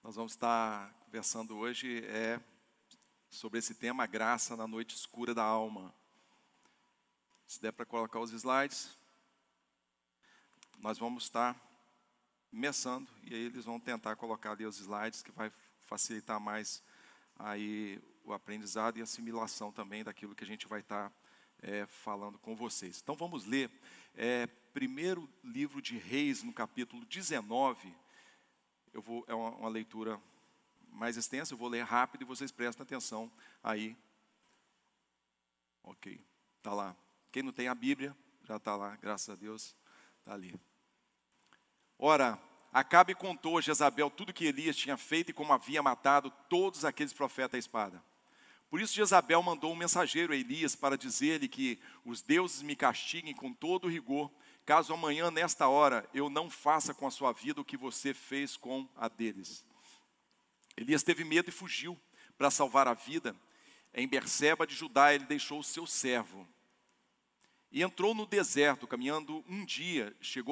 Nós vamos estar conversando hoje sobre esse tema, a graça na noite escura da alma. Se der para colocar os slides, nós vamos estar começando e aí eles vão tentar colocar ali os slides, que vai facilitar mais aí o aprendizado e assimilação também daquilo que a gente vai estar falando com vocês. Então vamos ler primeiro livro de Reis, no capítulo 19. É uma leitura mais extensa, eu vou ler rápido e vocês prestem atenção aí. Ok, está lá. Quem não tem a Bíblia, já está lá, graças a Deus, está ali. Ora, Acabe contou a Jezabel tudo que Elias tinha feito e como havia matado todos aqueles profetas à espada. Por isso Jezabel mandou um mensageiro a Elias para dizer-lhe que os deuses me castiguem com todo rigor, caso amanhã, nesta hora, eu não faça com a sua vida o que você fez com a deles. Elias teve medo e fugiu para salvar a vida. Em Berseba de Judá ele deixou o seu servo. E entrou no deserto, caminhando um dia, chegou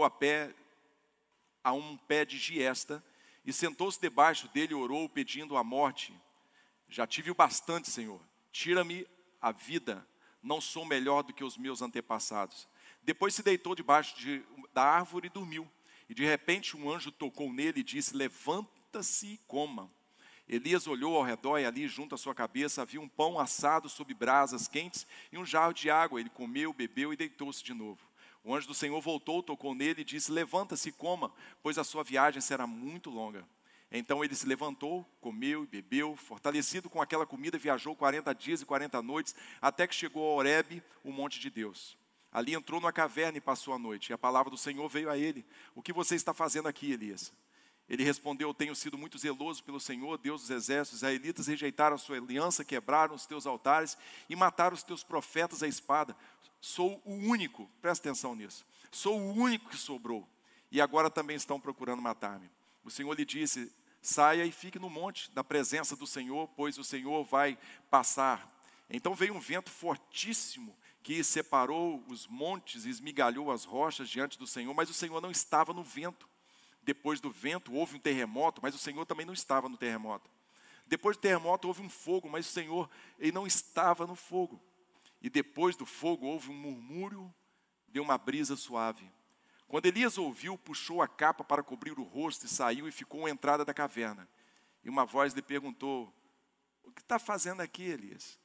a um pé de giesta, e sentou-se debaixo dele e orou, pedindo a morte. Já tive o bastante, Senhor, tira-me a vida, não sou melhor do que os meus antepassados. Depois se deitou debaixo da árvore e dormiu. E de repente um anjo tocou nele e disse: levanta-se e coma. Elias olhou ao redor e ali junto à sua cabeça havia um pão assado sob brasas quentes e um jarro de água. Ele comeu, bebeu e deitou-se de novo. O anjo do Senhor voltou, tocou nele e disse: levanta-se e coma, pois a sua viagem será muito longa. Então ele se levantou, comeu e bebeu, fortalecido com aquela comida, viajou 40 dias e 40 noites, até que chegou a Horebe, o monte de Deus. Ali entrou numa caverna e passou a noite, e a palavra do Senhor veio a ele: o que você está fazendo aqui, Elias? Ele respondeu: tenho sido muito zeloso pelo Senhor, Deus dos exércitos. Os israelitas rejeitaram a sua aliança, quebraram os teus altares e mataram os teus profetas à espada. Sou o único, presta atenção nisso, sou o único que sobrou, e agora também estão procurando matar-me. O Senhor lhe disse: saia e fique no monte, da presença do Senhor, pois o Senhor vai passar. Então veio um vento fortíssimo, que separou os montes e esmigalhou as rochas diante do Senhor, mas o Senhor não estava no vento. Depois do vento houve um terremoto, mas o Senhor também não estava no terremoto. Depois do terremoto houve um fogo, mas o Senhor ele não estava no fogo. E depois do fogo houve um murmúrio de uma brisa suave. Quando Elias ouviu, puxou a capa para cobrir o rosto e saiu e ficou à entrada da caverna. E uma voz lhe perguntou: o que está fazendo aqui, Elias?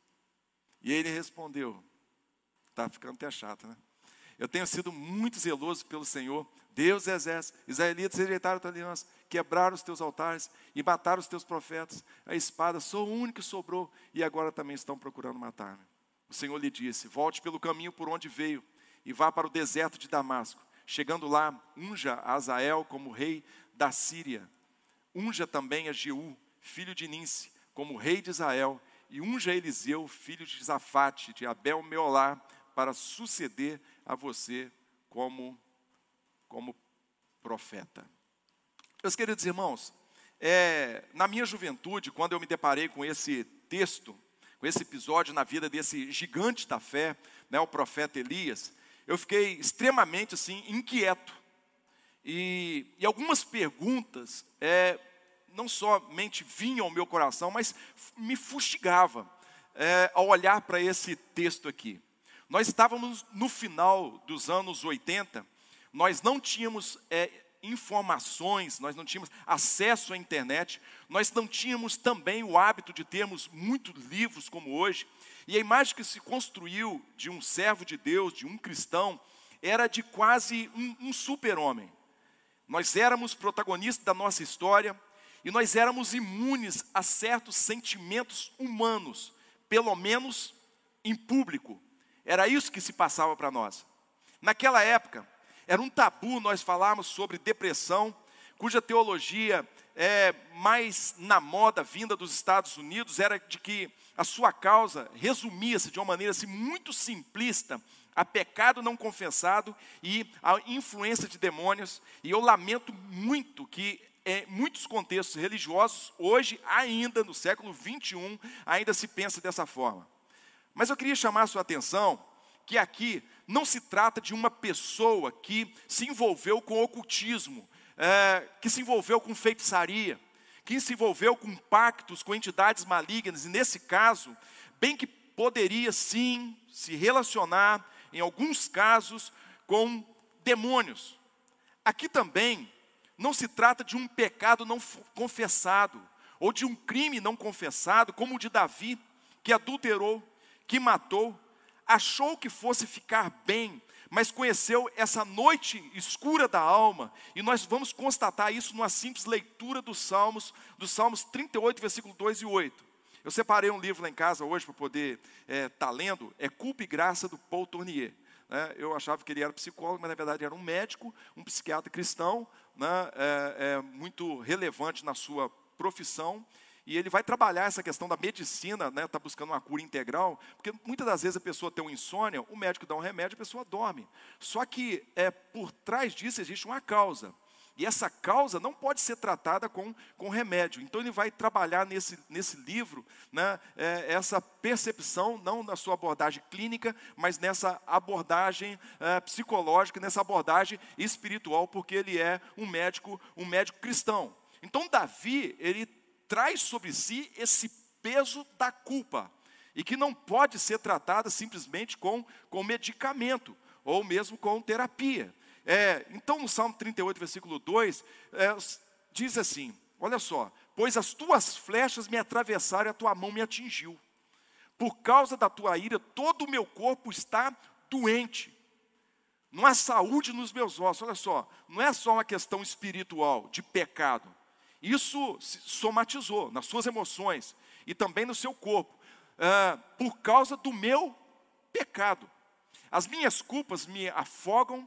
E ele respondeu: está ficando até chato, né? Eu tenho sido muito zeloso pelo Senhor, Deus dos exércitos. Israelitas rejeitaram a tua aliança, quebraram os teus altares e mataram os teus profetas. A espada, sou o único que sobrou, e agora também estão procurando matar-me. O Senhor lhe disse: volte pelo caminho por onde veio e vá para o deserto de Damasco. Chegando lá, unja a Azael como rei da Síria. Unja também a Jeú, filho de Ninsi, como rei de Israel. E unja a Eliseu, filho de Zafate, de Abel-Meolá, para suceder a você como profeta. Meus queridos irmãos, na minha juventude, quando eu me deparei com esse texto, com esse episódio na vida desse gigante da fé, o profeta Elias, eu fiquei extremamente assim, inquieto. E algumas perguntas não somente vinham ao meu coração, mas me fustigava ao olhar para esse texto aqui. Nós estávamos no final dos anos 80, nós não tínhamos informações, nós não tínhamos acesso à internet, nós não tínhamos também o hábito de termos muitos livros como hoje, e a imagem que se construiu de um servo de Deus, de um cristão, era de quase um super-homem. Nós éramos protagonistas da nossa história, e nós éramos imunes a certos sentimentos humanos, pelo menos em público. Era isso que se passava para nós. Naquela época, era um tabu nós falarmos sobre depressão, cuja teologia mais na moda vinda dos Estados Unidos era de que a sua causa resumia-se de uma maneira assim, muito simplista a pecado não confessado e a influência de demônios. E eu lamento muito que muitos contextos religiosos, hoje ainda no século 21, ainda se pensa dessa forma. Mas eu queria chamar a sua atenção que aqui não se trata de uma pessoa que se envolveu com ocultismo, que se envolveu com feitiçaria, que se envolveu com pactos com entidades malignas, e nesse caso, bem que poderia sim se relacionar, em alguns casos, com demônios. Aqui também não se trata de um pecado não confessado, ou de um crime não confessado, como o de Davi, que adulterou, que matou, achou que fosse ficar bem, mas conheceu essa noite escura da alma, e nós vamos constatar isso numa simples leitura dos Salmos 38, versículo 2 e 8. Eu separei um livro lá em casa hoje para poder estar lendo, é Culpa e Graça, do Paul Tournier. Eu achava que ele era psicólogo, mas na verdade era um médico, um psiquiatra cristão, muito relevante na sua profissão. E ele vai trabalhar essa questão da medicina, está buscando uma cura integral, porque muitas das vezes a pessoa tem uma insônia, o médico dá um remédio, a pessoa dorme. Só que por trás disso existe uma causa. E essa causa não pode ser tratada com remédio. Então ele vai trabalhar nesse livro, essa percepção, não na sua abordagem clínica, mas nessa abordagem psicológica, nessa abordagem espiritual, porque ele é um médico cristão. Então Davi, ele traz sobre si esse peso da culpa, e que não pode ser tratada simplesmente com medicamento, ou mesmo com terapia. Então no Salmo 38, versículo 2, diz assim, olha só: pois as tuas flechas me atravessaram e a tua mão me atingiu. Por causa da tua ira, todo o meu corpo está doente. Não há saúde nos meus ossos. Olha só, não é só uma questão espiritual, de pecado. Isso se somatizou nas suas emoções e também no seu corpo, por causa do meu pecado. As minhas culpas me afogam,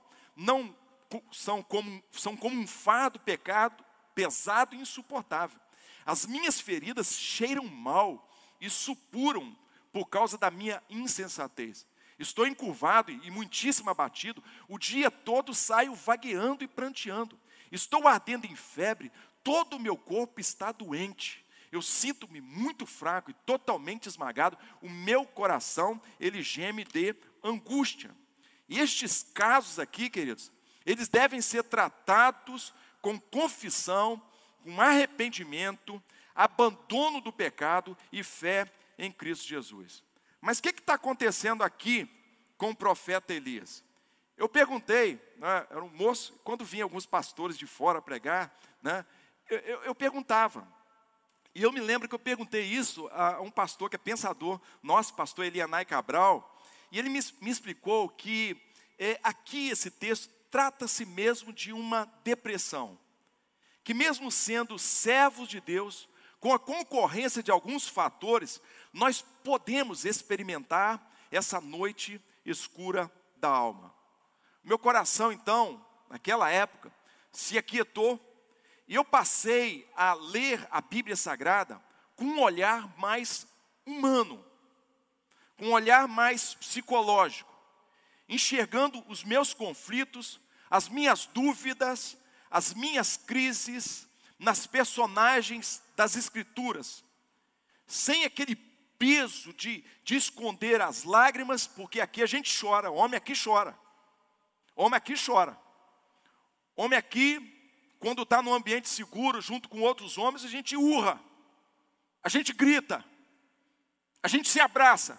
são como um fardo pesado e insuportável. As minhas feridas cheiram mal e supuram por causa da minha insensatez. Estou encurvado e muitíssimo abatido, o dia todo saio vagueando e pranteando. Estou ardendo em febre, todo o meu corpo está doente. Eu sinto-me muito fraco e totalmente esmagado. O meu coração, ele geme de angústia. E estes casos aqui, queridos, eles devem ser tratados com confissão, com arrependimento, abandono do pecado e fé em Cristo Jesus. Mas o que está acontecendo aqui com o profeta Elias? Eu perguntei, era um moço, quando vinha alguns pastores de fora pregar, eu perguntava. E eu me lembro que eu perguntei isso a um pastor que é pensador, nosso pastor Elianai Cabral, e ele me explicou que aqui esse texto trata-se mesmo de uma depressão. Que mesmo sendo servos de Deus, com a concorrência de alguns fatores, nós podemos experimentar essa noite escura da alma. Meu coração, então, naquela época, se aquietou, e eu passei a ler a Bíblia Sagrada com um olhar mais humano, com um olhar mais psicológico, enxergando os meus conflitos, as minhas dúvidas, as minhas crises nas personagens das Escrituras, sem aquele peso de esconder as lágrimas, porque aqui a gente chora, homem aqui chora. Homem aqui chora. Homem aqui, quando está num ambiente seguro, junto com outros homens, a gente urra, a gente grita, a gente se abraça,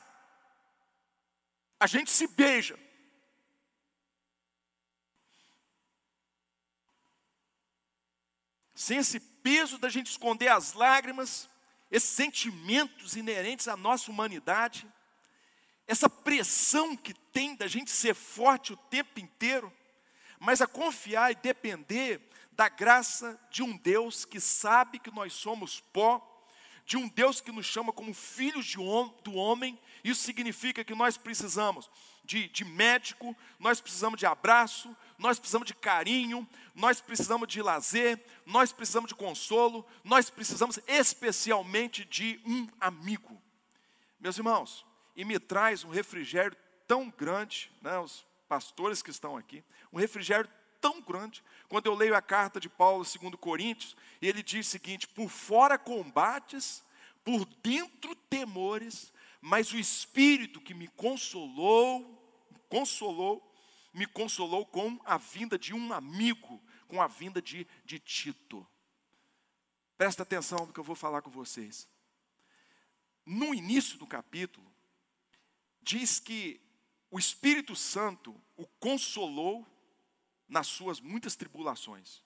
a gente se beija. Sem esse peso da gente esconder as lágrimas, esses sentimentos inerentes à nossa humanidade, essa pressão que tem da gente ser forte o tempo inteiro, mas a confiar e depender da graça de um Deus que sabe que nós somos pó, de um Deus que nos chama como filhos do homem. Isso significa que nós precisamos de médico, nós precisamos de abraço, nós precisamos de carinho, nós precisamos de lazer, nós precisamos de consolo, nós precisamos especialmente de um amigo. Meus irmãos, e me traz um refrigério tão grande, os pastores que estão aqui, um refrigério tão grande, quando eu leio a carta de Paulo, 2 Coríntios, e ele diz o seguinte: por fora combates, por dentro temores, mas o Espírito que me consolou com a vinda de um amigo, com a vinda de Tito. Presta atenção no que eu vou falar com vocês. No início do capítulo, diz que o Espírito Santo o consolou nas suas muitas tribulações.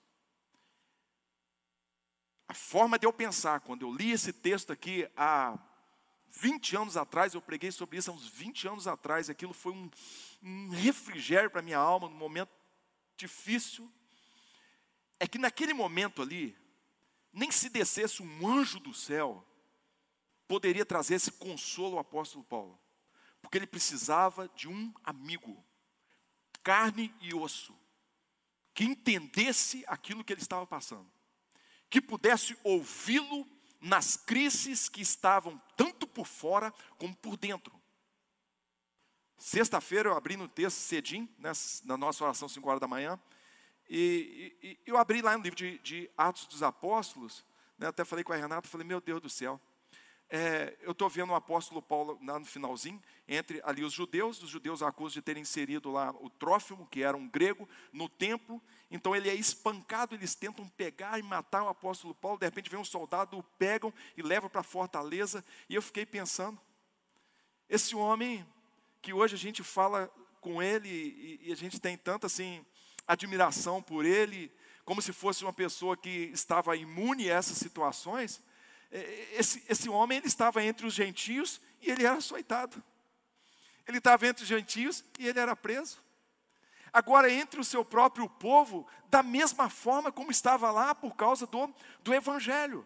A forma de eu pensar, quando eu li esse texto aqui há 20 anos atrás, eu preguei sobre isso há uns 20 anos atrás, aquilo foi um refrigério para a minha alma, num momento difícil. É que naquele momento ali, nem se descesse um anjo do céu, poderia trazer esse consolo ao apóstolo Paulo. Porque ele precisava de um amigo, carne e osso, que entendesse aquilo que ele estava passando, que pudesse ouvi-lo nas crises que estavam tanto por fora como por dentro. Sexta-feira eu abri no texto cedinho, né, na nossa oração 5 horas da manhã, e eu abri lá no livro de Atos dos Apóstolos, né, até falei com a Renata, falei, meu Deus do céu, eu estou vendo o apóstolo Paulo lá no finalzinho, entre ali os judeus acusam de terem inserido lá o Trófimo, que era um grego, no templo, então ele é espancado, eles tentam pegar e matar o apóstolo Paulo, de repente vem um soldado, o pegam e levam para a fortaleza, e eu fiquei pensando, esse homem, que hoje a gente fala com ele, e a gente tem tanta assim, admiração por ele, como se fosse uma pessoa que estava imune a essas situações, esse homem, ele estava entre os gentios e ele era açoitado. Ele estava entre os gentios e ele era preso. Agora, entre o seu próprio povo, da mesma forma como estava lá por causa do Evangelho.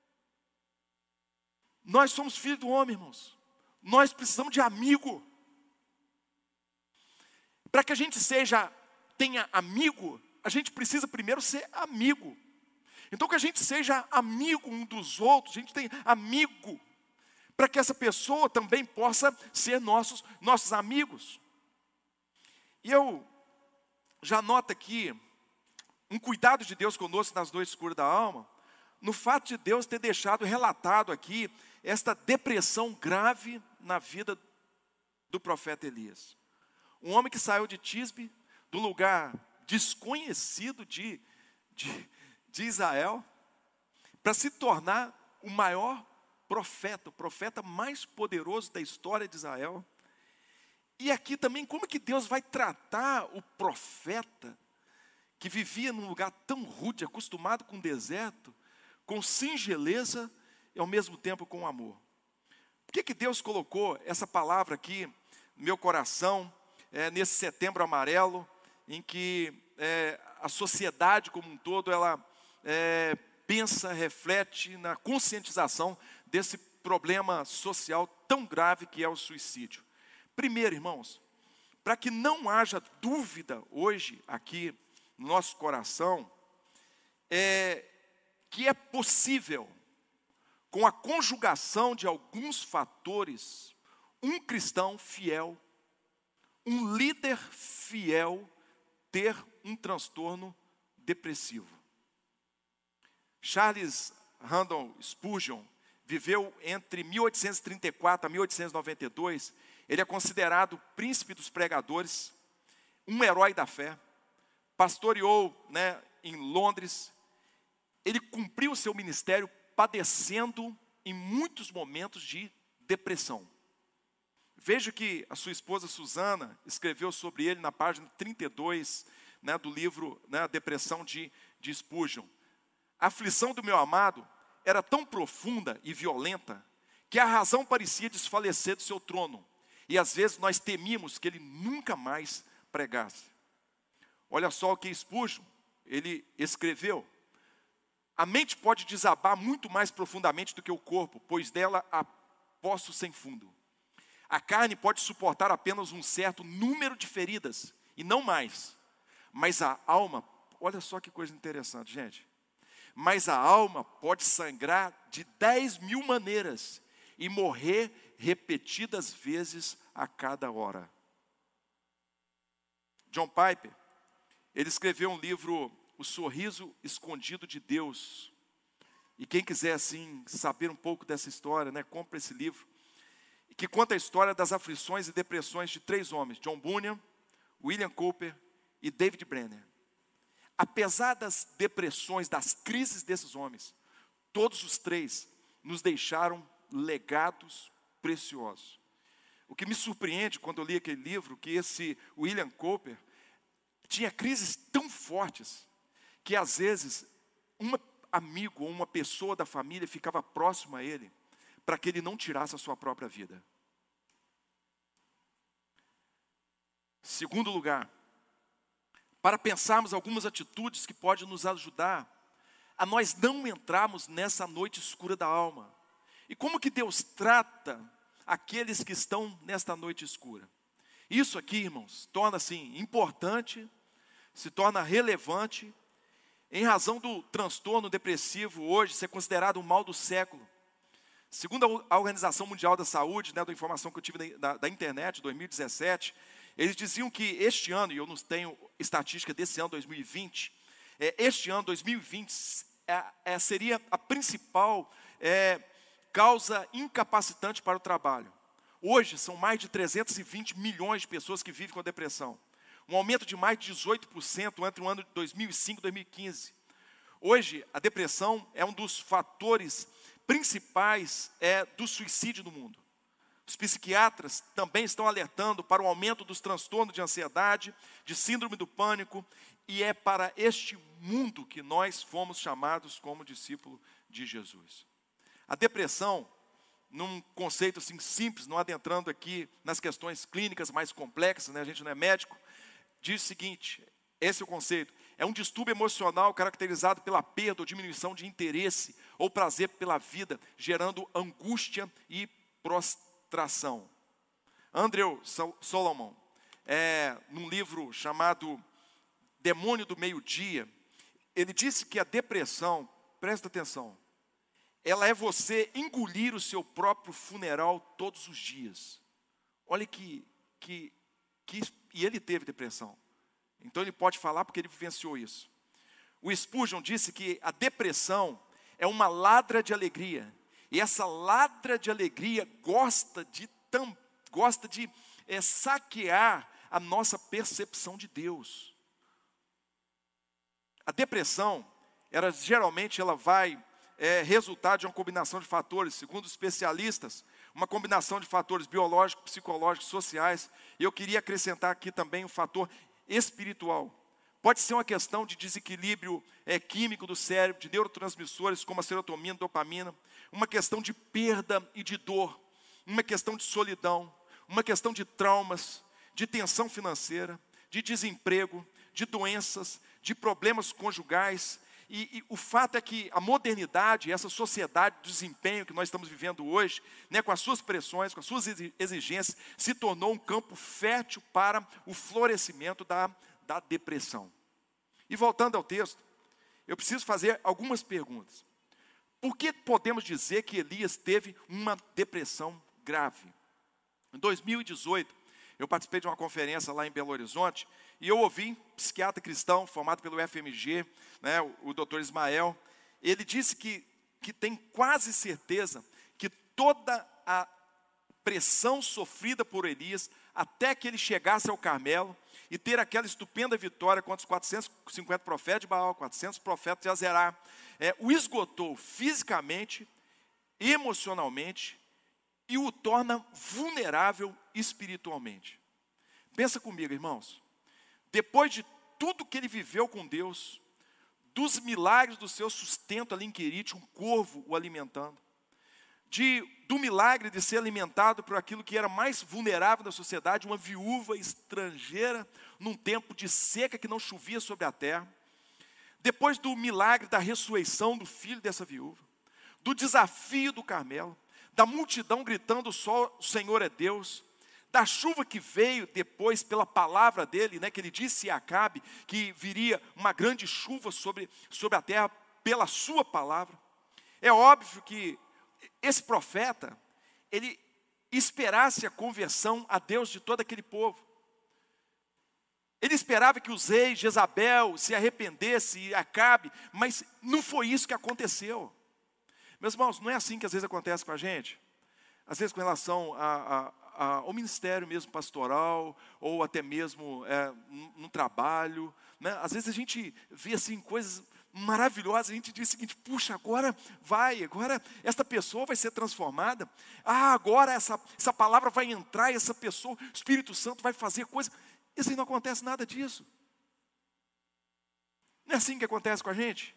Nós somos filhos do homem, irmãos. Nós precisamos de amigo. Para que a gente tenha amigo, a gente precisa primeiro ser amigo. Então que a gente seja amigo um dos outros, a gente tem amigo, para que essa pessoa também possa ser nossos amigos. E eu já noto aqui um cuidado de Deus conosco nas noites escuras da alma, no fato de Deus ter deixado relatado aqui esta depressão grave na vida do profeta Elias. Um homem que saiu de Tisbe, do lugar desconhecido de Israel, para se tornar o maior profeta, o profeta mais poderoso da história de Israel. E aqui também, como que Deus vai tratar o profeta, que vivia num lugar tão rude, acostumado com o deserto, com singeleza e ao mesmo tempo com amor. Por que Deus colocou essa palavra aqui no meu coração, nesse setembro amarelo, em que a sociedade como um todo, ela pensa, reflete na conscientização desse problema social tão grave que é o suicídio. Primeiro, irmãos, para que não haja dúvida hoje aqui no nosso coração, que é possível, com a conjugação de alguns fatores, um cristão fiel, um líder fiel, ter um transtorno depressivo. Charles Haddon Spurgeon viveu entre 1834 a 1892. Ele é considerado o príncipe dos pregadores, um herói da fé. Pastoreou, em Londres. Ele cumpriu o seu ministério padecendo em muitos momentos de depressão. Veja que a sua esposa Susana escreveu sobre ele na página 32, do livro, A Depressão de Spurgeon. A aflição do meu amado era tão profunda e violenta que a razão parecia desfalecer do seu trono. E às vezes nós temíamos que ele nunca mais pregasse. Olha só o que Spurgeon, ele escreveu. A mente pode desabar muito mais profundamente do que o corpo, pois dela há poços sem fundo. A carne pode suportar apenas um certo número de feridas, e não mais. Mas a alma, olha só que coisa interessante, gente. Mas a alma pode sangrar de 10.000 maneiras e morrer repetidas vezes a cada hora. John Piper, ele escreveu um livro, O Sorriso Escondido de Deus. E quem quiser assim saber um pouco dessa história, compre esse livro. Que conta a história das aflições e depressões de 3 homens, John Bunyan, William Cowper e David Brenner. Apesar das depressões, das crises desses homens, Todos os três nos deixaram legados preciosos. O que me surpreende quando eu li aquele livro, que esse William Cowper tinha crises tão fortes, que às vezes um amigo ou uma pessoa da família ficava próximo a ele, para que ele não tirasse a sua própria vida. Segundo lugar, para pensarmos algumas atitudes que podem nos ajudar a nós não entrarmos nessa noite escura da alma. E como que Deus trata aqueles que estão nesta noite escura? Isso aqui, irmãos, torna-se importante, se torna relevante, em razão do transtorno depressivo hoje ser considerado o mal do século. Segundo a Organização Mundial da Saúde, da informação que eu tive da internet, 2017, eles diziam que este ano, e eu não tenho estatística desse ano, 2020, este ano, 2020, seria a principal causa incapacitante para o trabalho. Hoje, são mais de 320 milhões de pessoas que vivem com depressão. Um aumento de mais de 18% entre o ano de 2005 e 2015. Hoje, a depressão é um dos fatores principais do suicídio no mundo. Os psiquiatras também estão alertando para o aumento dos transtornos de ansiedade, de síndrome do pânico, e é para este mundo que nós fomos chamados como discípulo de Jesus. A depressão, num conceito assim simples, não adentrando aqui nas questões clínicas mais complexas, a gente não é médico, diz o seguinte, esse é o conceito: é um distúrbio emocional caracterizado pela perda ou diminuição de interesse ou prazer pela vida, gerando angústia e prostração. Andrew Solomon, num livro chamado Demônio do Meio-Dia, ele disse que a depressão, presta atenção, ela é você engolir o seu próprio funeral todos os dias. Olha e ele teve depressão. Então ele pode falar porque ele vivenciou isso. O Spurgeon disse que a depressão é uma ladra de alegria. E essa ladra de alegria gosta de saquear a nossa percepção de Deus. A depressão, geralmente ela vai resultar de uma combinação de fatores, segundo os especialistas, uma combinação de fatores biológicos, psicológicos, sociais. E eu queria acrescentar aqui também o fator espiritual. Pode ser uma questão de desequilíbrio químico do cérebro, de neurotransmissores como a serotonina, dopamina, uma questão de perda e de dor, uma questão de solidão, uma questão de traumas, de tensão financeira, de desemprego, de doenças, de problemas conjugais. E o fato é que a modernidade, essa sociedade de desempenho que nós estamos vivendo hoje, com as suas pressões, com as suas exigências, se tornou um campo fértil para o florescimento da depressão. E voltando ao texto, eu preciso fazer algumas perguntas. Por que podemos dizer que Elias teve uma depressão grave? Em 2018, eu participei de uma conferência lá em Belo Horizonte, e eu ouvi um psiquiatra cristão formado pelo FMG, o Dr. Ismael. Ele disse que tem quase certeza que toda a pressão sofrida por Elias, até que ele chegasse ao Carmelo, e ter aquela estupenda vitória contra os 450 profetas de Baal, 400 profetas de Azerá, o esgotou fisicamente, emocionalmente, e o torna vulnerável espiritualmente. Pensa comigo, irmãos. Depois de tudo que ele viveu com Deus, dos milagres do seu sustento ali em Querite, um corvo o alimentando, do milagre de ser alimentado por aquilo que era mais vulnerável da sociedade, uma viúva estrangeira, num tempo de seca que não chovia sobre a terra, depois do milagre da ressurreição do filho dessa viúva, do desafio do Carmelo, da multidão gritando só o Senhor é Deus, da chuva que veio depois pela palavra dele, que ele disse a Acabe que viria uma grande chuva sobre a terra pela sua palavra. É óbvio que esse profeta, ele esperasse a conversão a Deus de todo aquele povo. Ele esperava que os reis, Jezabel, se arrependesse, e Acabe, mas não foi isso que aconteceu. Meus irmãos, não é assim que às vezes acontece com a gente? Às vezes com relação ao ministério mesmo pastoral, ou até mesmo no trabalho. Às vezes a gente vê assim coisas maravilhosa. A gente diz o seguinte: puxa, agora esta pessoa vai ser transformada. Agora essa palavra vai entrar e essa pessoa, o Espírito Santo vai fazer coisa. E assim não acontece nada disso. Não é assim que acontece com a gente?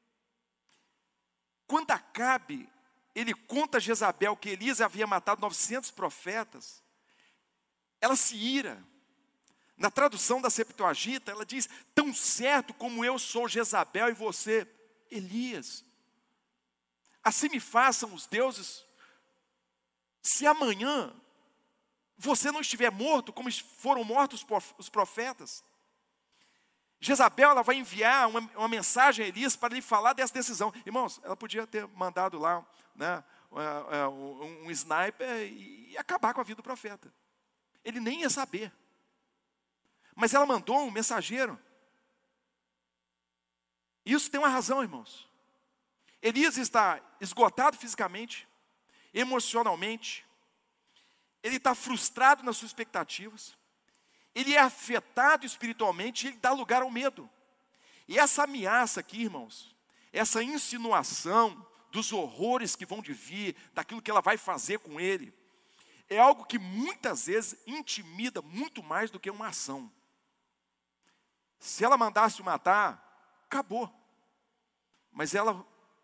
Quando Acabe, ele conta a Jezabel que Elias havia matado 900 profetas, ela se ira. Na tradução da Septuaginta, ela diz: tão certo como eu sou Jezabel e você, Elias. Assim me façam os deuses, se amanhã você não estiver morto, como foram mortos os profetas. Jezabel, ela vai enviar uma mensagem a Elias para lhe falar dessa decisão. Irmãos, ela podia ter mandado lá, né, um sniper e acabar com a vida do profeta. Ele nem ia saber. Mas ela mandou um mensageiro. Isso tem uma razão, irmãos. Elias está esgotado fisicamente, emocionalmente. Ele está frustrado nas suas expectativas. Ele é afetado espiritualmente e ele dá lugar ao medo. E essa ameaça aqui, irmãos, essa insinuação dos horrores que vão de vir, daquilo que ela vai fazer com ele, é algo que muitas vezes intimida muito mais do que uma ação. Se ela mandasse o matar, acabou. Mas ela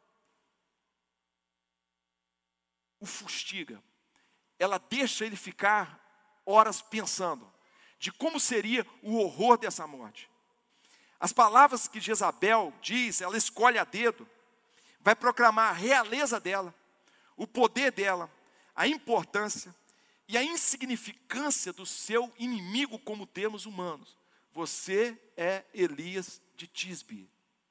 o fustiga. Ela deixa ele ficar horas pensando de como seria o horror dessa morte. As palavras que Jezabel diz, ela escolhe a dedo, vai proclamar a realeza dela, o poder dela, a importância e a insignificância do seu inimigo como termos humanos. Você é Elias de Tisbe.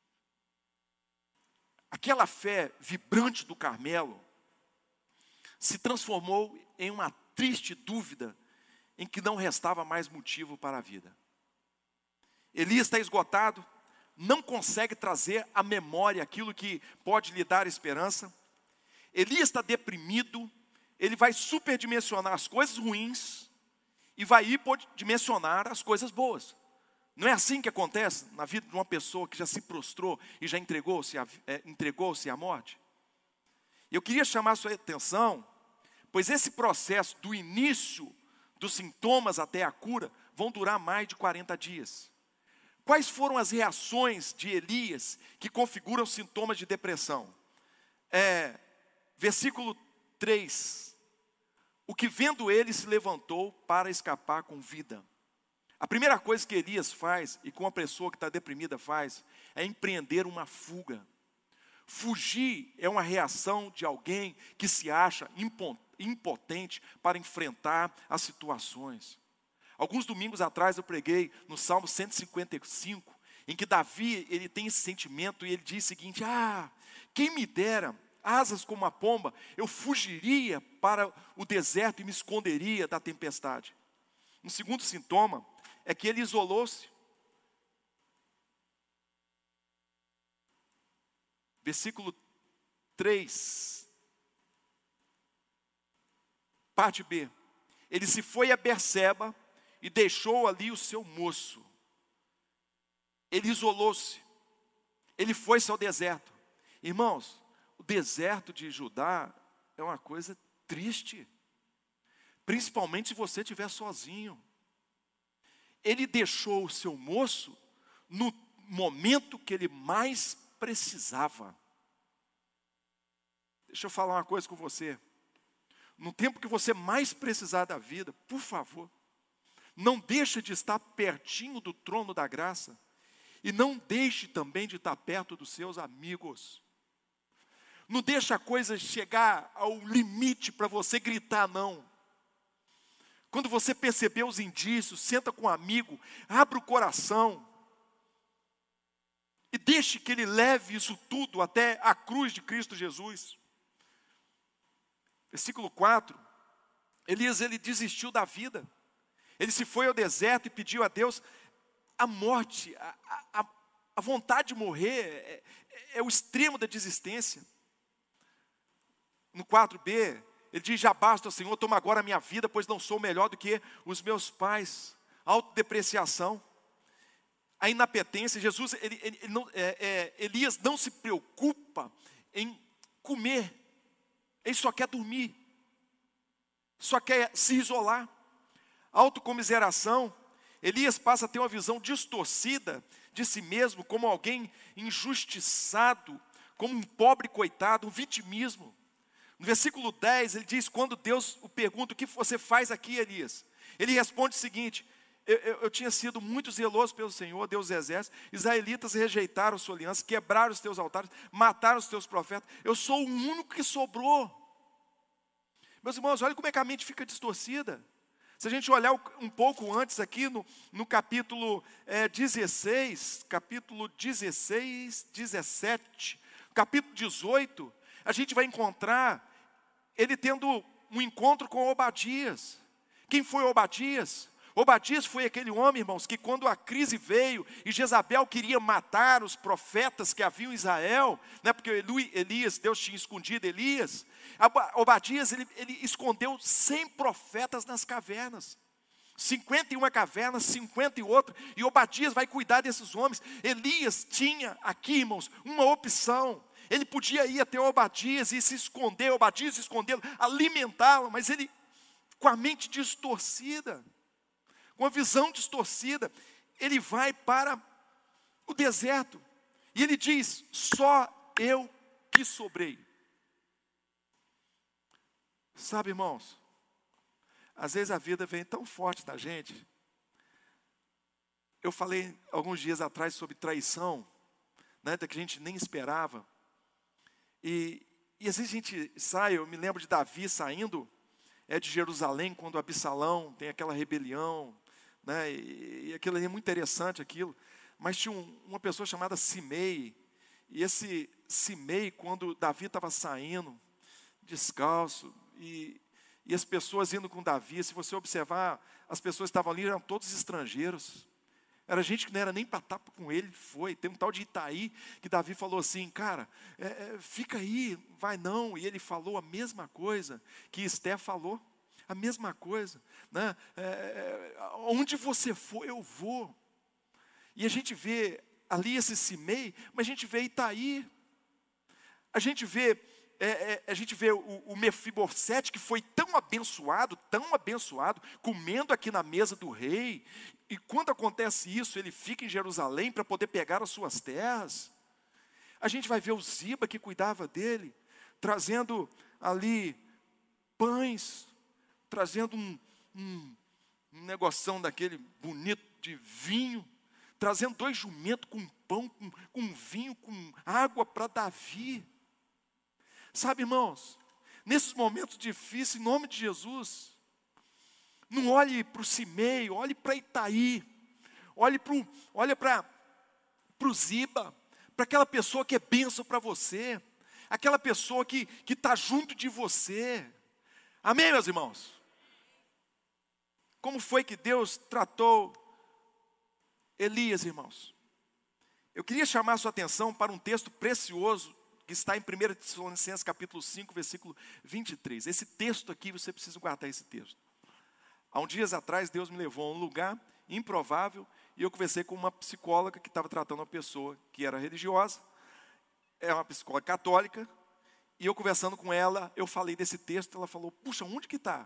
Aquela fé vibrante do Carmelo se transformou em uma triste dúvida em que não restava mais motivo para a vida. Elias está esgotado, não consegue trazer à memória aquilo que pode lhe dar esperança. Elias está deprimido, ele vai superdimensionar as coisas ruins e vai hiperdimensionar as coisas boas. Não é assim que acontece na vida de uma pessoa que já se prostrou e já entregou-se à morte? Eu queria chamar a sua atenção, pois esse processo do início dos sintomas até a cura vão durar mais de 40 dias. Quais foram as reações de Elias que configuram sintomas de depressão? Versículo 3. O que vendo ele se levantou para escapar com vida. A primeira coisa que Elias faz, e com uma pessoa que está deprimida faz, é empreender uma fuga. Fugir é uma reação de alguém que se acha impotente para enfrentar as situações. Alguns domingos atrás eu preguei no Salmo 155, em que Davi, ele tem esse sentimento e ele diz o seguinte: quem me dera asas como a pomba, eu fugiria para o deserto e me esconderia da tempestade. Um segundo sintoma é que ele isolou-se. Versículo 3, parte B. Ele se foi a Berseba e deixou ali o seu moço. Ele isolou-se. Ele foi-se ao deserto. Irmãos, o deserto de Judá é uma coisa triste. Principalmente se você estiver sozinho. Ele deixou o seu moço no momento que ele mais precisava. Deixa eu falar uma coisa com você. No tempo que você mais precisar da vida, por favor, não deixe de estar pertinho do trono da graça. E não deixe também de estar perto dos seus amigos. Não deixe a coisa chegar ao limite para você gritar não. Quando você perceber os indícios, senta com um amigo, abra o coração. E deixe que ele leve isso tudo até a cruz de Cristo Jesus. Versículo 4. Elias, ele desistiu da vida. Ele se foi ao deserto e pediu a Deus a morte. A vontade de morrer é o extremo da desistência. No 4b, ele diz: já basta, Senhor, toma agora a minha vida, pois não sou melhor do que os meus pais. Autodepreciação. a inapetência. Jesus, Elias não se preocupa em comer, ele só quer dormir, só quer se isolar. Autocomiseração. Elias passa a ter uma visão distorcida de si mesmo, como alguém injustiçado, como um pobre coitado, um vitimismo. No versículo 10, ele diz, quando Deus o pergunta, o que você faz aqui, Elias? Ele responde o seguinte, eu tinha sido muito zeloso pelo Senhor, Deus dos exércitos, israelitas rejeitaram sua aliança, quebraram os teus altares, mataram os teus profetas, eu sou o único que sobrou. Meus irmãos, olha como é que a mente fica distorcida. Se a gente olhar um pouco antes aqui no capítulo 16, capítulo 16, 17, capítulo 18, a gente vai encontrar ele tendo um encontro com Obadias. Quem foi Obadias? Obadias foi aquele homem, irmãos, que quando a crise veio e Jezabel queria matar os profetas que haviam em Israel, né, porque Elias, Deus tinha escondido Elias, Obadias ele escondeu 100 profetas nas cavernas. 51 cavernas, 50 e outra, e Obadias vai cuidar desses homens. Elias tinha aqui, irmãos, uma opção. Ele podia ir até Obadias e se esconder, Obadias escondê-lo, alimentá-lo, mas ele, com a mente distorcida, com a visão distorcida, ele vai para o deserto, e ele diz, só eu que sobrei. Sabe, irmãos, às vezes a vida vem tão forte na gente. Eu falei alguns dias atrás sobre traição, né, que a gente nem esperava. E às vezes a gente sai, eu me lembro de Davi saindo de Jerusalém, quando Absalão tem aquela rebelião, né, e aquilo ali é muito interessante aquilo. Mas tinha uma pessoa chamada Simei, e esse Simei, quando Davi estava saindo, descalço, e as pessoas indo com Davi, se você observar, as pessoas que estavam ali eram todos estrangeiros. Era gente que não era nem para estar com ele, foi. Tem um tal de Itaí, que Davi falou assim, cara, fica aí, vai não. E ele falou a mesma coisa que Esté falou, a mesma coisa, né? Onde você for, eu vou. E a gente vê ali esse Simei, mas a gente vê Itaí, a gente vê o Mefibosete, que foi tão abençoado, comendo aqui na mesa do rei, e quando acontece isso, ele fica em Jerusalém para poder pegar as suas terras. A gente vai ver o Ziba, que cuidava dele, trazendo ali pães, trazendo um negoção daquele bonito de vinho, trazendo 2 jumentos com pão, com vinho, com água para Davi. Sabe, irmãos, nesses momentos difíceis, em nome de Jesus, não olhe para o Simei, olhe para Itaí, olhe para o Ziba, para aquela pessoa que é bênção para você, aquela pessoa que está junto de você. Amém, meus irmãos? Como foi que Deus tratou Elias, irmãos? Eu queria chamar a sua atenção para um texto precioso, que está em 1 Tessalonicenses capítulo 5, versículo 23. Esse texto aqui, você precisa guardar esse texto. Há uns dias atrás, Deus me levou a um lugar improvável, e eu conversei com uma psicóloga que estava tratando uma pessoa que era religiosa, é uma psicóloga católica, e eu conversando com ela, eu falei desse texto, ela falou, puxa, onde que está?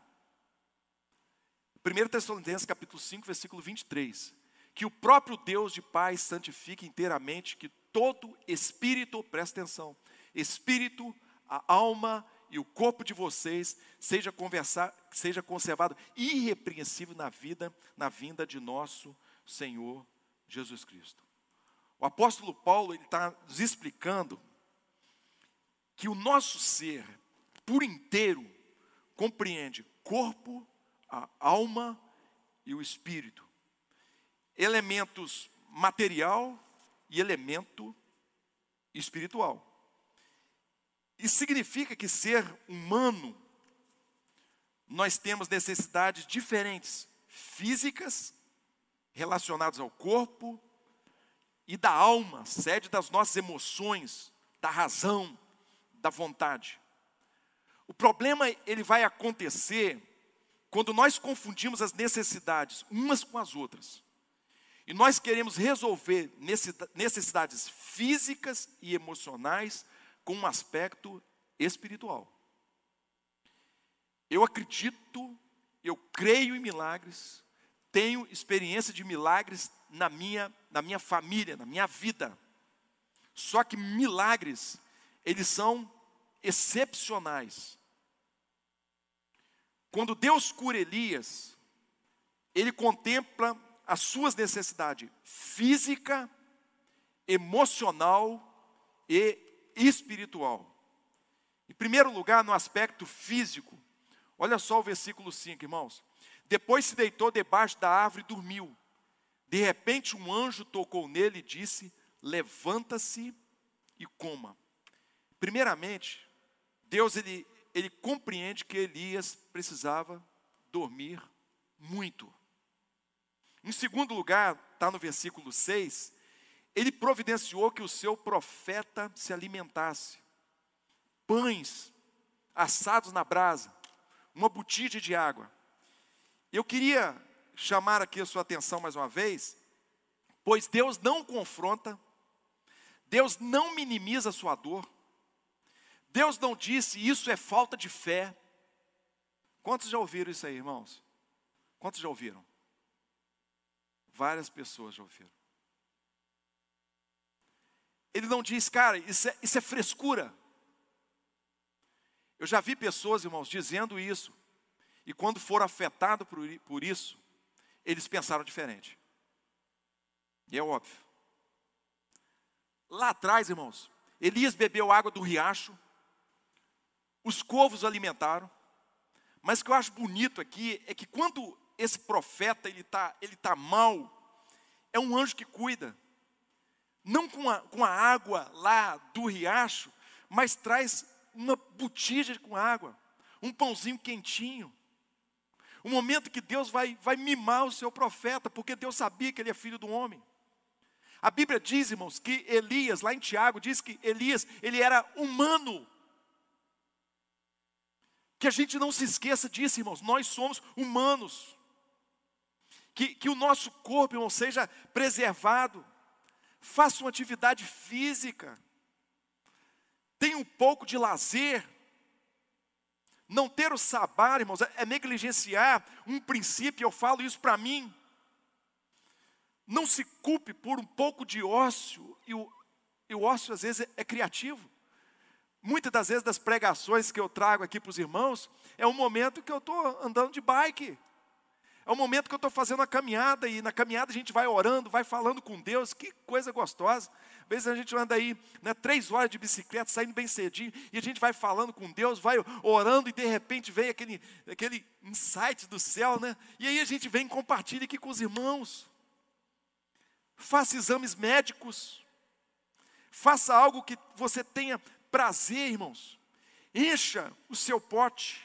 1 Tessalonicenses capítulo 5, versículo 23. Que o próprio Deus de paz santifique inteiramente, que todo espírito, presta atenção, espírito, a alma e o corpo de vocês seja conservado irrepreensível na vinda de nosso Senhor Jesus Cristo. O apóstolo Paulo está nos explicando que o nosso ser por inteiro compreende corpo, a alma e o espírito, elementos material e elemento espiritual. Isso significa que ser humano, nós temos necessidades diferentes, físicas, relacionadas ao corpo, e da alma, sede das nossas emoções, da razão, da vontade. O problema, ele vai acontecer quando nós confundimos as necessidades umas com as outras. E nós queremos resolver necessidades físicas e emocionais com um aspecto espiritual. Eu acredito, eu creio em milagres, tenho experiência de milagres na minha família, na minha vida. Só que milagres, eles são excepcionais. Quando Deus cura Elias, Ele contempla as suas necessidades física, emocional e espiritual. Em primeiro lugar, no aspecto físico, olha só o versículo 5, irmãos. Depois se deitou debaixo da árvore e dormiu. De repente um anjo tocou nele e disse: levanta-se e coma. Primeiramente, Deus ele compreende que Elias precisava dormir muito. Em segundo lugar, está no versículo 6, ele providenciou que o seu profeta se alimentasse. Pães assados na brasa, uma botija de água. Eu queria chamar aqui a sua atenção mais uma vez, pois Deus não confronta, Deus não minimiza a sua dor, Deus não disse isso é falta de fé. Quantos já ouviram isso aí, irmãos? Quantos já ouviram? Várias pessoas já ouviram. Ele não diz, cara, isso é frescura. Eu já vi pessoas, irmãos, dizendo isso. E quando foram afetados por isso, eles pensaram diferente. E é óbvio. Lá atrás, irmãos, Elias bebeu água do riacho. Os corvos o alimentaram. Mas o que eu acho bonito aqui é que quando esse profeta ele tá mal, é um anjo que cuida. Não com a água lá do riacho, mas traz uma botija com água, um pãozinho quentinho. O momento que Deus vai mimar o seu profeta, porque Deus sabia que ele é filho do homem. A Bíblia diz, irmãos, que Elias, lá em Tiago, diz que Elias, ele era humano. Que a gente não se esqueça disso, irmãos, nós somos humanos. Que o nosso corpo, irmão, seja preservado. Faça uma atividade física. Tenha um pouco de lazer. Não ter o sabá, irmãos, é negligenciar um princípio. Eu falo isso para mim. Não se culpe por um pouco de ócio. E o ócio, às vezes, é criativo. Muitas das vezes, das pregações que eu trago aqui para os irmãos, é um momento que eu estou andando de bike. É um momento que eu estou fazendo uma caminhada, e na caminhada a gente vai orando, vai falando com Deus, que coisa gostosa. Às vezes a gente anda aí, 3 horas de bicicleta, saindo bem cedinho, e a gente vai falando com Deus, vai orando, e de repente vem aquele insight do céu, né? E aí a gente vem e compartilha aqui com os irmãos. Faça exames médicos. Faça algo que você tenha prazer, irmãos. Encha o seu pote.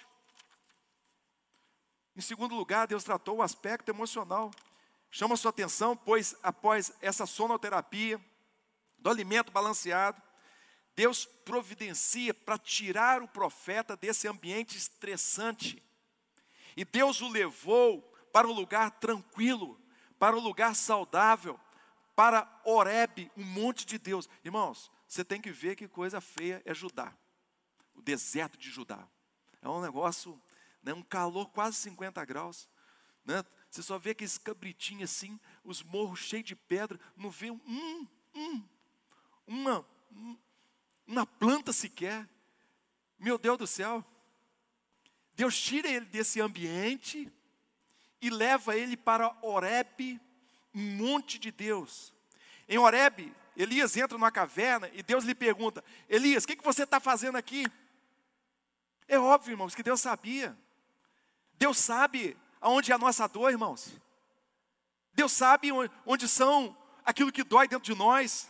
Em segundo lugar, Deus tratou o aspecto emocional. Chama a sua atenção, pois após essa sonoterapia, do alimento balanceado, Deus providencia para tirar o profeta desse ambiente estressante. E Deus o levou para um lugar tranquilo, para um lugar saudável, para Horebe, um monte de Deus. Irmãos, você tem que ver que coisa feia é Judá. O deserto de Judá. É um negócio, um calor quase 50 graus. Né? Você só vê aqueles cabritinhos assim, os morros cheios de pedra, não vê uma planta sequer. Meu Deus do céu. Deus tira ele desse ambiente e leva ele para Horebe, um monte de Deus. Em Horebe, Elias entra numa caverna e Deus lhe pergunta: Elias, o que você está fazendo aqui? É óbvio, irmãos, que Deus sabia. Deus sabe aonde é a nossa dor, irmãos. Deus sabe onde são aquilo que dói dentro de nós.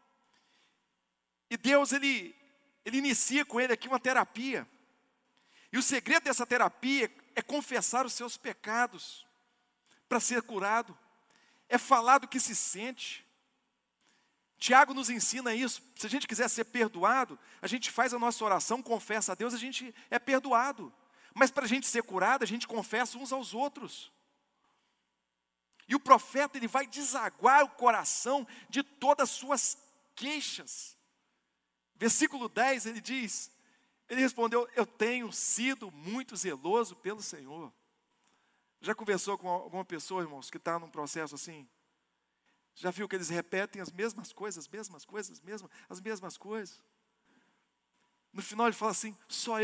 E Deus, ele inicia com ele aqui uma terapia. E o segredo dessa terapia é confessar os seus pecados para ser curado. É falar do que se sente. Tiago nos ensina isso. Se a gente quiser ser perdoado, a gente faz a nossa oração, confessa a Deus, a gente é perdoado. Mas para a gente ser curado, a gente confessa uns aos outros. E o profeta, ele vai desaguar o coração de todas as suas queixas. Versículo 10, ele diz, ele respondeu: eu tenho sido muito zeloso pelo Senhor. Já conversou com alguma pessoa, irmãos, que está num processo assim? Já viu que eles repetem as mesmas coisas, as mesmas coisas? No final ele fala assim: sou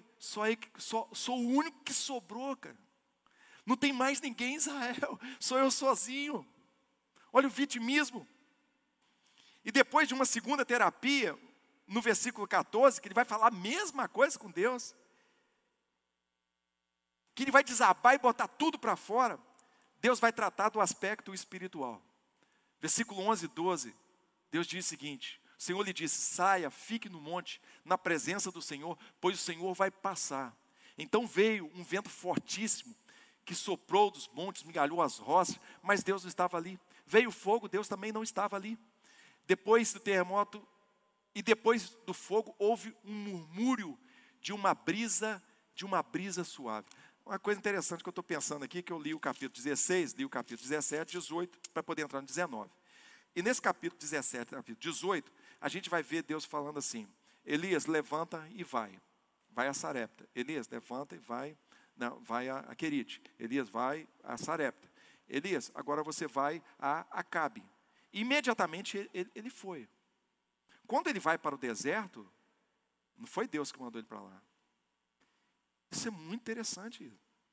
o único que sobrou, cara. Não tem mais ninguém em Israel, sou eu sozinho. Olha o vitimismo. E depois de uma segunda terapia, no versículo 14, que ele vai falar a mesma coisa com Deus, que ele vai desabar e botar tudo para fora, Deus vai tratar do aspecto espiritual. Versículo 11 e 12, Deus diz o seguinte: o Senhor lhe disse: saia, fique no monte, na presença do Senhor, pois o Senhor vai passar. Então veio um vento fortíssimo, que soprou dos montes, migalhou as rochas, mas Deus não estava ali. Veio fogo, Deus também não estava ali. Depois do terremoto e depois do fogo, houve um murmúrio de uma brisa suave. Uma coisa interessante que eu estou pensando aqui, que eu li o capítulo 16, li o capítulo 17, 18, para poder entrar no 19. E nesse capítulo 17, capítulo 18, a gente vai ver Deus falando assim: Elias, levanta e vai a Sarepta. Elias, levanta e vai a Querite. Elias, vai a Sarepta. Elias, agora você vai a Acabe. Imediatamente ele foi. Quando ele vai para o deserto, não foi Deus que mandou ele para lá. Isso é muito interessante.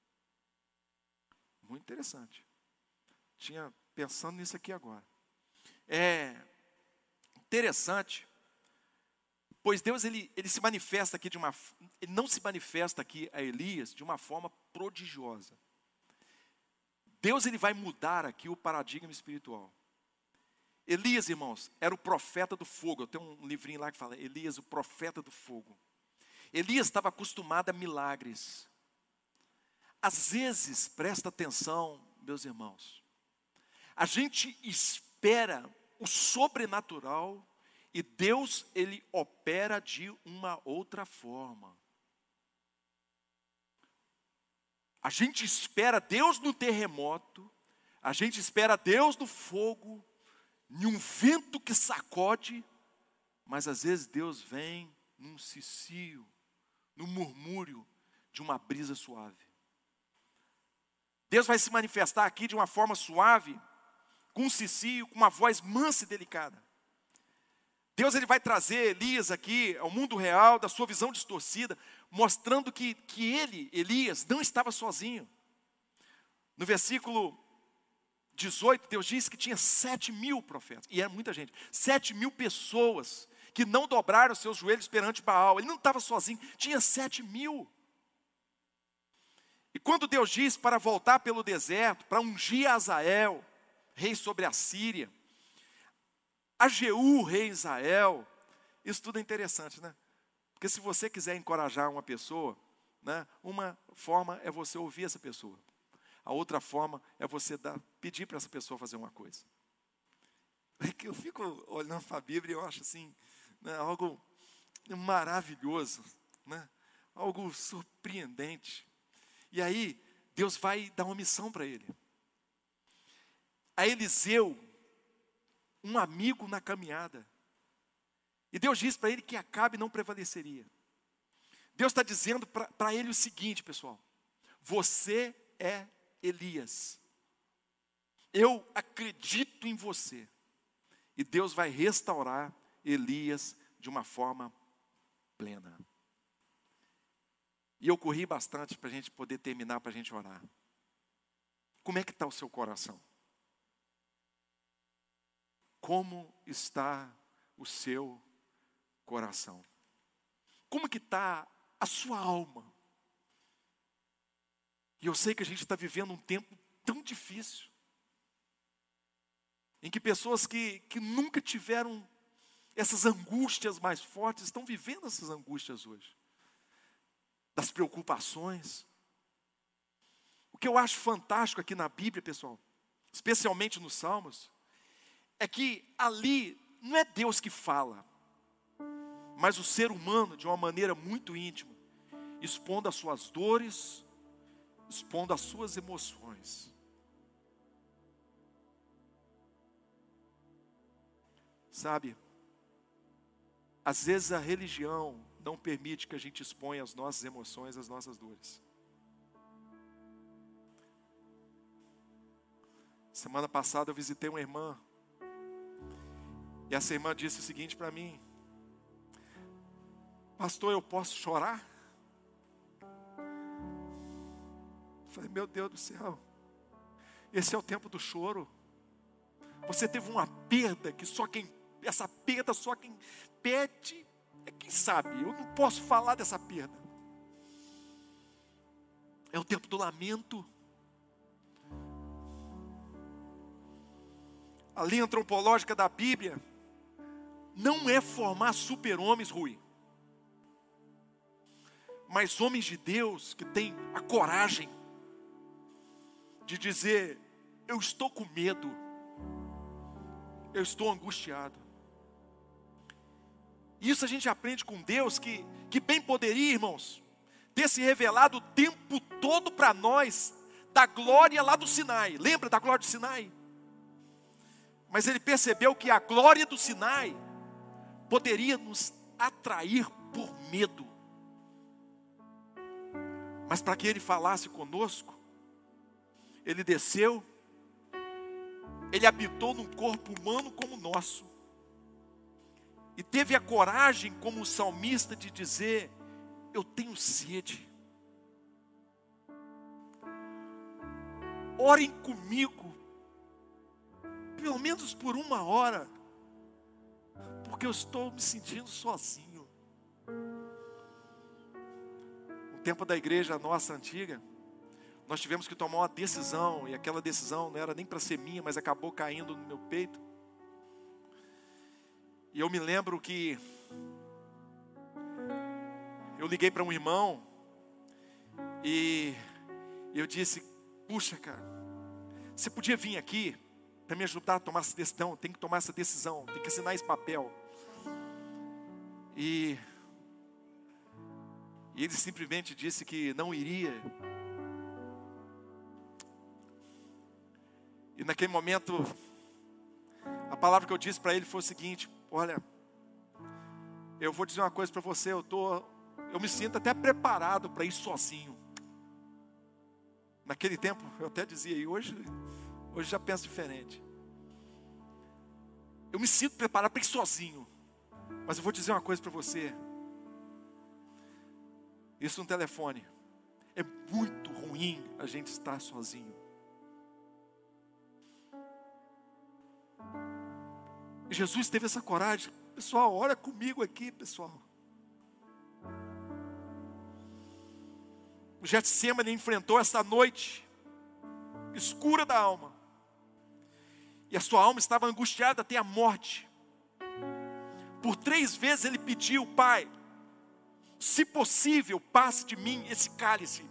Muito interessante. Tinha pensando nisso aqui agora. É interessante, pois Deus ele se manifesta aqui ele não se manifesta aqui a Elias de uma forma prodigiosa. Deus ele vai mudar aqui o paradigma espiritual. Elias, irmãos, era o profeta do fogo. Eu tenho um livrinho lá que fala Elias, o profeta do fogo. Elias estava acostumado a milagres. Às vezes, presta atenção, meus irmãos, a gente espera o sobrenatural e Deus, ele opera de uma outra forma. A gente espera Deus no terremoto, a gente espera Deus no fogo, em um vento que sacode, mas às vezes Deus vem num cicio, no murmúrio de uma brisa suave. Deus vai se manifestar aqui de uma forma suave, com um cicio, com uma voz mansa e delicada. Deus ele vai trazer Elias aqui ao mundo real, da sua visão distorcida, mostrando que ele, Elias, não estava sozinho. No versículo 18, Deus diz que tinha 7.000 profetas, e era muita gente, 7.000 pessoas, que não dobraram seus joelhos perante Baal. Ele não estava sozinho, tinha 7.000. E quando Deus diz para voltar pelo deserto, para ungir Azael, rei sobre a Síria, a Jeú, rei em Israel, isso tudo é interessante, né? Porque se você quiser encorajar uma pessoa, né, uma forma é você ouvir essa pessoa. A outra forma é você pedir para essa pessoa fazer uma coisa. Eu fico olhando para a Bíblia e eu acho assim, né, algo maravilhoso, né? Algo surpreendente. E aí, Deus vai dar uma missão para ele. A Eliseu, um amigo na caminhada. E Deus diz para ele que Acabe não prevaleceria. Deus está dizendo para ele o seguinte, pessoal: você é Elias. Eu acredito em você. E Deus vai restaurar Elias de uma forma plena. E eu corri bastante para a gente poder terminar, para a gente orar. Como é que está o seu coração? Como está o seu coração? Como que está a sua alma? E eu sei que a gente está vivendo um tempo tão difícil, em que pessoas que nunca tiveram essas angústias mais fortes, estão vivendo essas angústias hoje. Das preocupações. O que eu acho fantástico aqui na Bíblia, pessoal, especialmente nos Salmos, é que ali não é Deus que fala, mas o ser humano, de uma maneira muito íntima, expondo as suas dores, expondo as suas emoções. Sabe, às vezes a religião não permite que a gente exponha as nossas emoções, as nossas dores. Semana passada eu visitei uma irmã, e essa irmã disse o seguinte para mim: pastor, eu posso chorar? Eu falei, meu Deus do céu, esse é o tempo do choro. Você teve uma perda que essa perda só quem pede é quem sabe. Eu não posso falar dessa perda. É o tempo do lamento. A linha antropológica da Bíblia não é formar super-homens, Rui, mas homens de Deus que têm a coragem de dizer: eu estou com medo, eu estou angustiado. Isso a gente aprende com Deus, que bem poderia, irmãos, ter se revelado o tempo todo para nós, da glória lá do Sinai. Lembra da glória do Sinai? Mas ele percebeu que a glória do Sinai poderia nos atrair por medo. Mas para que ele falasse conosco, ele desceu, ele habitou num corpo humano como o nosso. E teve a coragem, como o salmista, de dizer: eu tenho sede. Orem comigo, pelo menos por 1 hora, porque eu estou me sentindo sozinho. No tempo da igreja nossa antiga, nós tivemos que tomar uma decisão, e aquela decisão não era nem para ser minha, mas acabou caindo no meu peito. E eu me lembro que eu liguei para um irmão e eu disse: puxa, cara, você podia vir aqui para me ajudar a tomar essa decisão? Tem que tomar essa decisão, tem que assinar esse papel. E ele simplesmente disse que não iria. E naquele momento, a palavra que eu disse para ele foi o seguinte: olha, eu vou dizer uma coisa para você, eu me sinto até preparado para ir sozinho. Naquele tempo eu até dizia, e hoje já penso diferente. Eu me sinto preparado para ir sozinho, mas eu vou dizer uma coisa para você. Isso no telefone. É muito ruim a gente estar sozinho. E Jesus teve essa coragem. Pessoal, ora comigo aqui, pessoal. O Getsemane enfrentou essa noite escura da alma. E a sua alma estava angustiada até a morte. Por 3 vezes ele pediu: Pai, se possível, passe de mim esse cálice.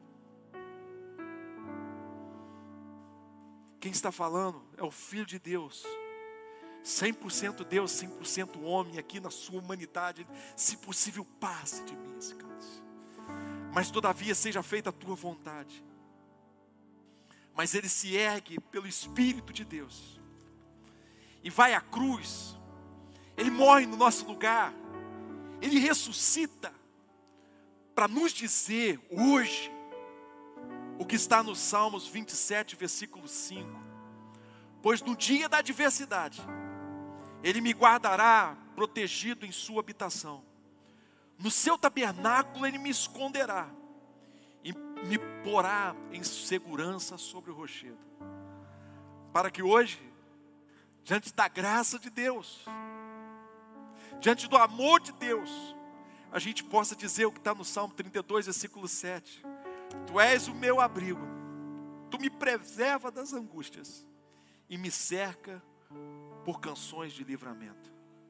Quem está falando é o Filho de Deus. 100% Deus, 100% homem, aqui na sua humanidade. Se possível, passe de mim esse cálice. Mas todavia seja feita a tua vontade. Mas ele se ergue pelo Espírito de Deus e vai à cruz. Ele morre no nosso lugar. Ele ressuscita para nos dizer hoje o que está no Salmos 27, versículo 5. Pois no dia da adversidade Ele me guardará protegido em sua habitação. No seu tabernáculo Ele me esconderá e me porá em segurança sobre o rochedo. Para que hoje, diante da graça de Deus, diante do amor de Deus, a gente possa dizer o que está no Salmo 32, versículo 7. Tu és o meu abrigo, tu me preserva das angústias e me cerca por canções de livramento.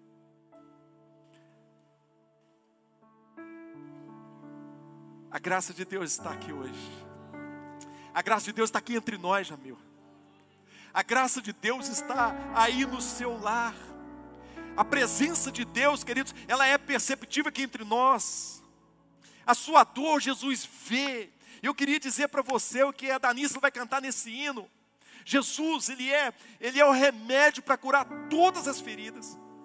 A graça de Deus está aqui hoje. A graça de Deus está aqui entre nós, Jamil. A graça de Deus está aí no seu lar. A presença de Deus, queridos, ela é perceptível aqui entre nós. A sua dor, Jesus vê. Eu queria dizer para você o que a Danissa vai cantar nesse hino. Jesus, Ele é o remédio para curar todas as feridas.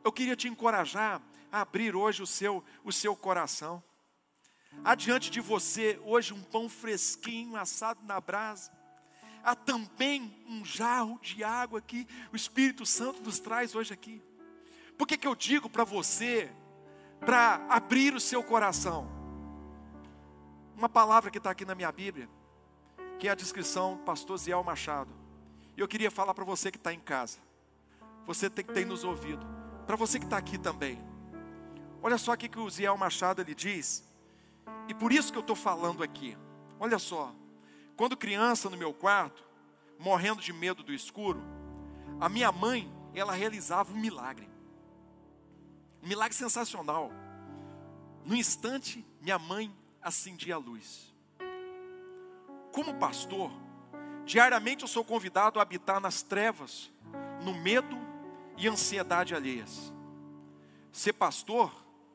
eu queria te encorajar a abrir hoje o seu coração. Há diante de você hoje um pão fresquinho, assado na brasa. Há também um jarro de água que o Espírito Santo nos traz hoje aqui. Por que eu digo para você, para abrir o seu coração? Uma palavra que está aqui na minha Bíblia, que é a descrição do pastor Ziel Machado. E eu queria falar para você que está em casa. Você tem nos ouvido. Para você que está aqui também. Olha só o que o Ziel Machado ele diz. E por isso que eu estou falando aqui. Olha só. Quando criança no meu quarto, morrendo de medo do escuro, a minha mãe, ela realizava um milagre. Um milagre sensacional. No instante, minha mãe acendia a luz. Como pastor, diariamente eu sou convidado a habitar nas trevas, no medo e ansiedade alheias. Ser pastor,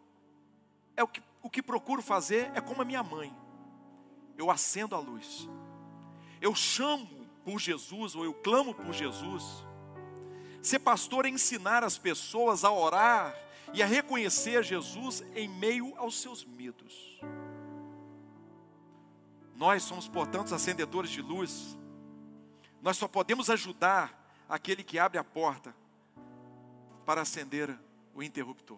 o que procuro fazer é como a minha mãe. Eu acendo a luz. Eu chamo por Jesus, ou eu clamo por Jesus. Ser pastor é ensinar as pessoas a orar e a reconhecer Jesus em meio aos seus medos. Nós somos, portanto, acendedores de luz. Nós só podemos ajudar aquele que abre a porta para acender o interruptor.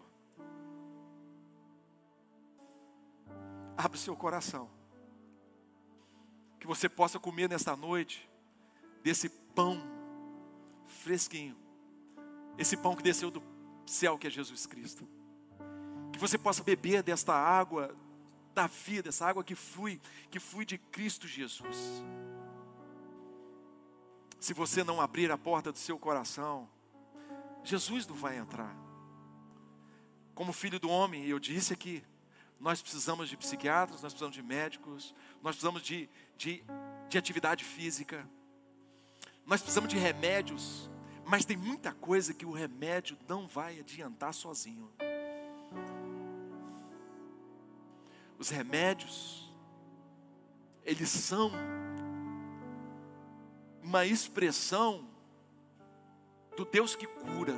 Abre o seu coração. Que você possa comer nesta noite desse pão fresquinho. Esse pão que desceu do céu, que é Jesus Cristo. Que você possa beber desta água da vida, essa água que flui de Cristo Jesus. Se você não abrir a porta do seu coração, Jesus não vai entrar. Como filho do homem, eu disse aqui, nós precisamos de psiquiatras, nós precisamos de médicos, nós precisamos de atividade física, nós precisamos de remédios, mas tem muita coisa que o remédio não vai adiantar sozinho. Os remédios, eles são uma expressão do Deus que cura.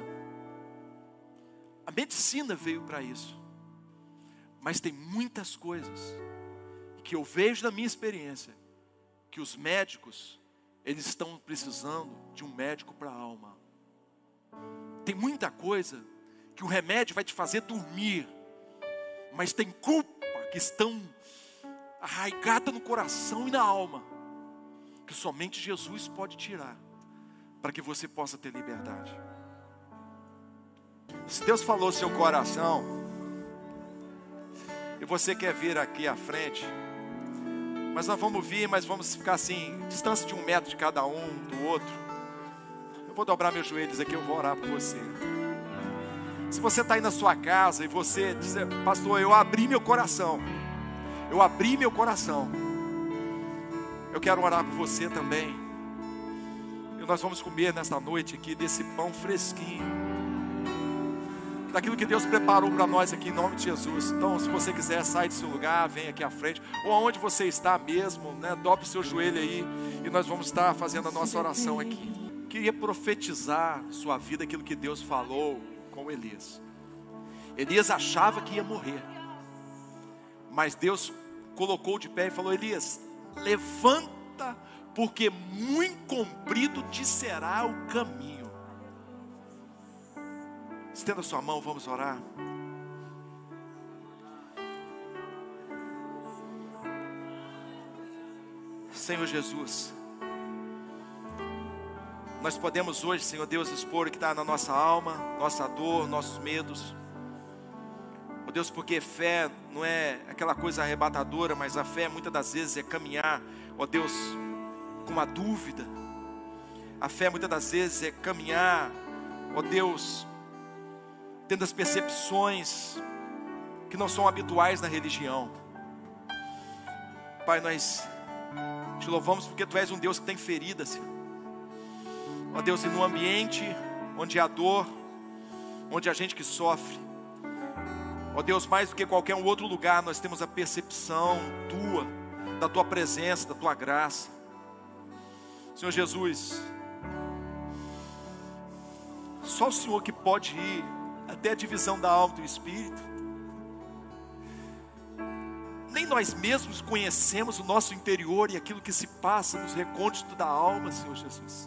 A medicina veio para isso. Mas tem muitas coisas que eu vejo na minha experiência, que os médicos, eles estão precisando de um médico para a alma. Tem muita coisa que o remédio vai te fazer dormir, mas tem culpa que estão arraigada no coração e na alma, que somente Jesus pode tirar, para que você possa ter liberdade. Se Deus falou seu coração, e você quer vir aqui à frente, mas nós vamos vir, mas vamos ficar assim, distância de 1 metro de cada um, do outro. Eu vou dobrar meus joelhos aqui, eu vou orar por você. Se você está aí na sua casa e você diz, pastor, eu abri meu coração. Eu abri meu coração. Eu quero orar por você também. E nós vamos comer nesta noite aqui desse pão fresquinho, daquilo que Deus preparou para nós aqui em nome de Jesus. Então, se você quiser, sai do seu lugar, vem aqui à frente, ou aonde você está mesmo, né? Dobre o seu joelho aí, e nós vamos estar fazendo a nossa oração aqui. Queria profetizar sua vida, aquilo que Deus falou com Elias. Elias achava que ia morrer, mas Deus colocou de pé e falou, Elias, levanta, porque muito comprido te será o caminho. Estenda sua mão, vamos orar. Senhor Jesus, nós podemos hoje, Senhor Deus, expor o que está na nossa alma, nossa dor, nossos medos. Ó Deus, porque fé não é aquela coisa arrebatadora, mas a fé muitas das vezes é caminhar, ó Deus, com uma dúvida. A fé muitas das vezes é caminhar, ó Deus, tendo as percepções que não são habituais na religião. Pai, nós te louvamos porque Tu és um Deus que tem feridas, Senhor. Ó Deus, e no ambiente onde há dor, onde há gente que sofre, ó Deus, mais do que qualquer outro lugar, nós temos a percepção Tua, da Tua presença, da Tua graça. Senhor Jesus, só o Senhor que pode ir até a divisão da alma e do espírito. Nem nós mesmos conhecemos o nosso interior e aquilo que se passa nos recônditos da alma, Senhor Jesus.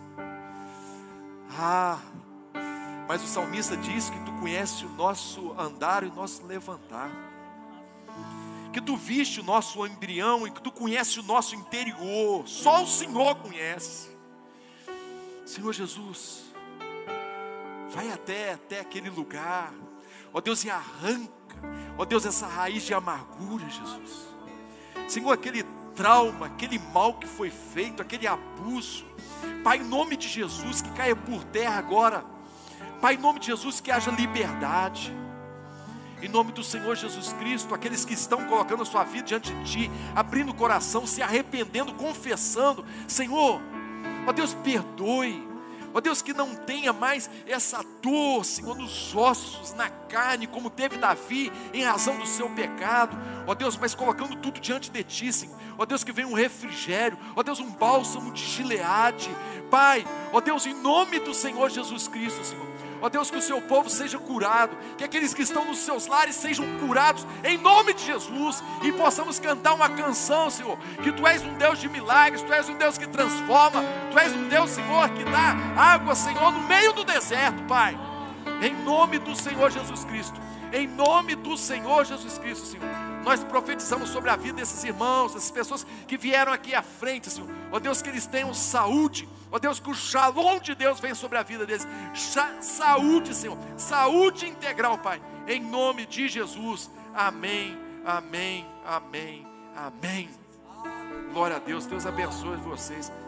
Mas o salmista diz que Tu conheces o nosso andar e o nosso levantar, que Tu viste o nosso embrião e que Tu conheces o nosso interior. Só o Senhor conhece. Senhor Jesus, vai até aquele lugar, ó Deus, e arranca, ó Deus, essa raiz de amargura, Jesus. Senhor, aquele trauma, aquele mal que foi feito, aquele abuso, Pai, em nome de Jesus, que caia por terra agora. Pai, em nome de Jesus, que haja liberdade. Em nome do Senhor Jesus Cristo, aqueles que estão colocando a sua vida diante de Ti, abrindo o coração, se arrependendo, confessando, Senhor, ó Deus, perdoe. Ó Deus, que não tenha mais essa dor, Senhor, nos ossos, na carne, como teve Davi, em razão do seu pecado. Ó Deus, mas colocando tudo diante de Ti, Senhor. Ó Deus, que venha um refrigério, ó Deus, um bálsamo de Gileade. Pai, ó Deus, em nome do Senhor Jesus Cristo, Senhor. Ó Deus, que o Seu povo seja curado, que aqueles que estão nos Seus lares sejam curados, em nome de Jesus, e possamos cantar uma canção, Senhor, que Tu és um Deus de milagres, Tu és um Deus que transforma, Tu és um Deus, Senhor, que dá água, Senhor, no meio do deserto, Pai, em nome do Senhor Jesus Cristo, em nome do Senhor Jesus Cristo, Senhor. Nós profetizamos sobre a vida desses irmãos, dessas pessoas que vieram aqui à frente, Senhor. Ó Deus, que eles tenham saúde. Ó Deus, que o shalom de Deus venha sobre a vida deles. Saúde, Senhor. Saúde integral, Pai. Em nome de Jesus. Amém, amém, amém, amém. Glória a Deus. Deus abençoe vocês.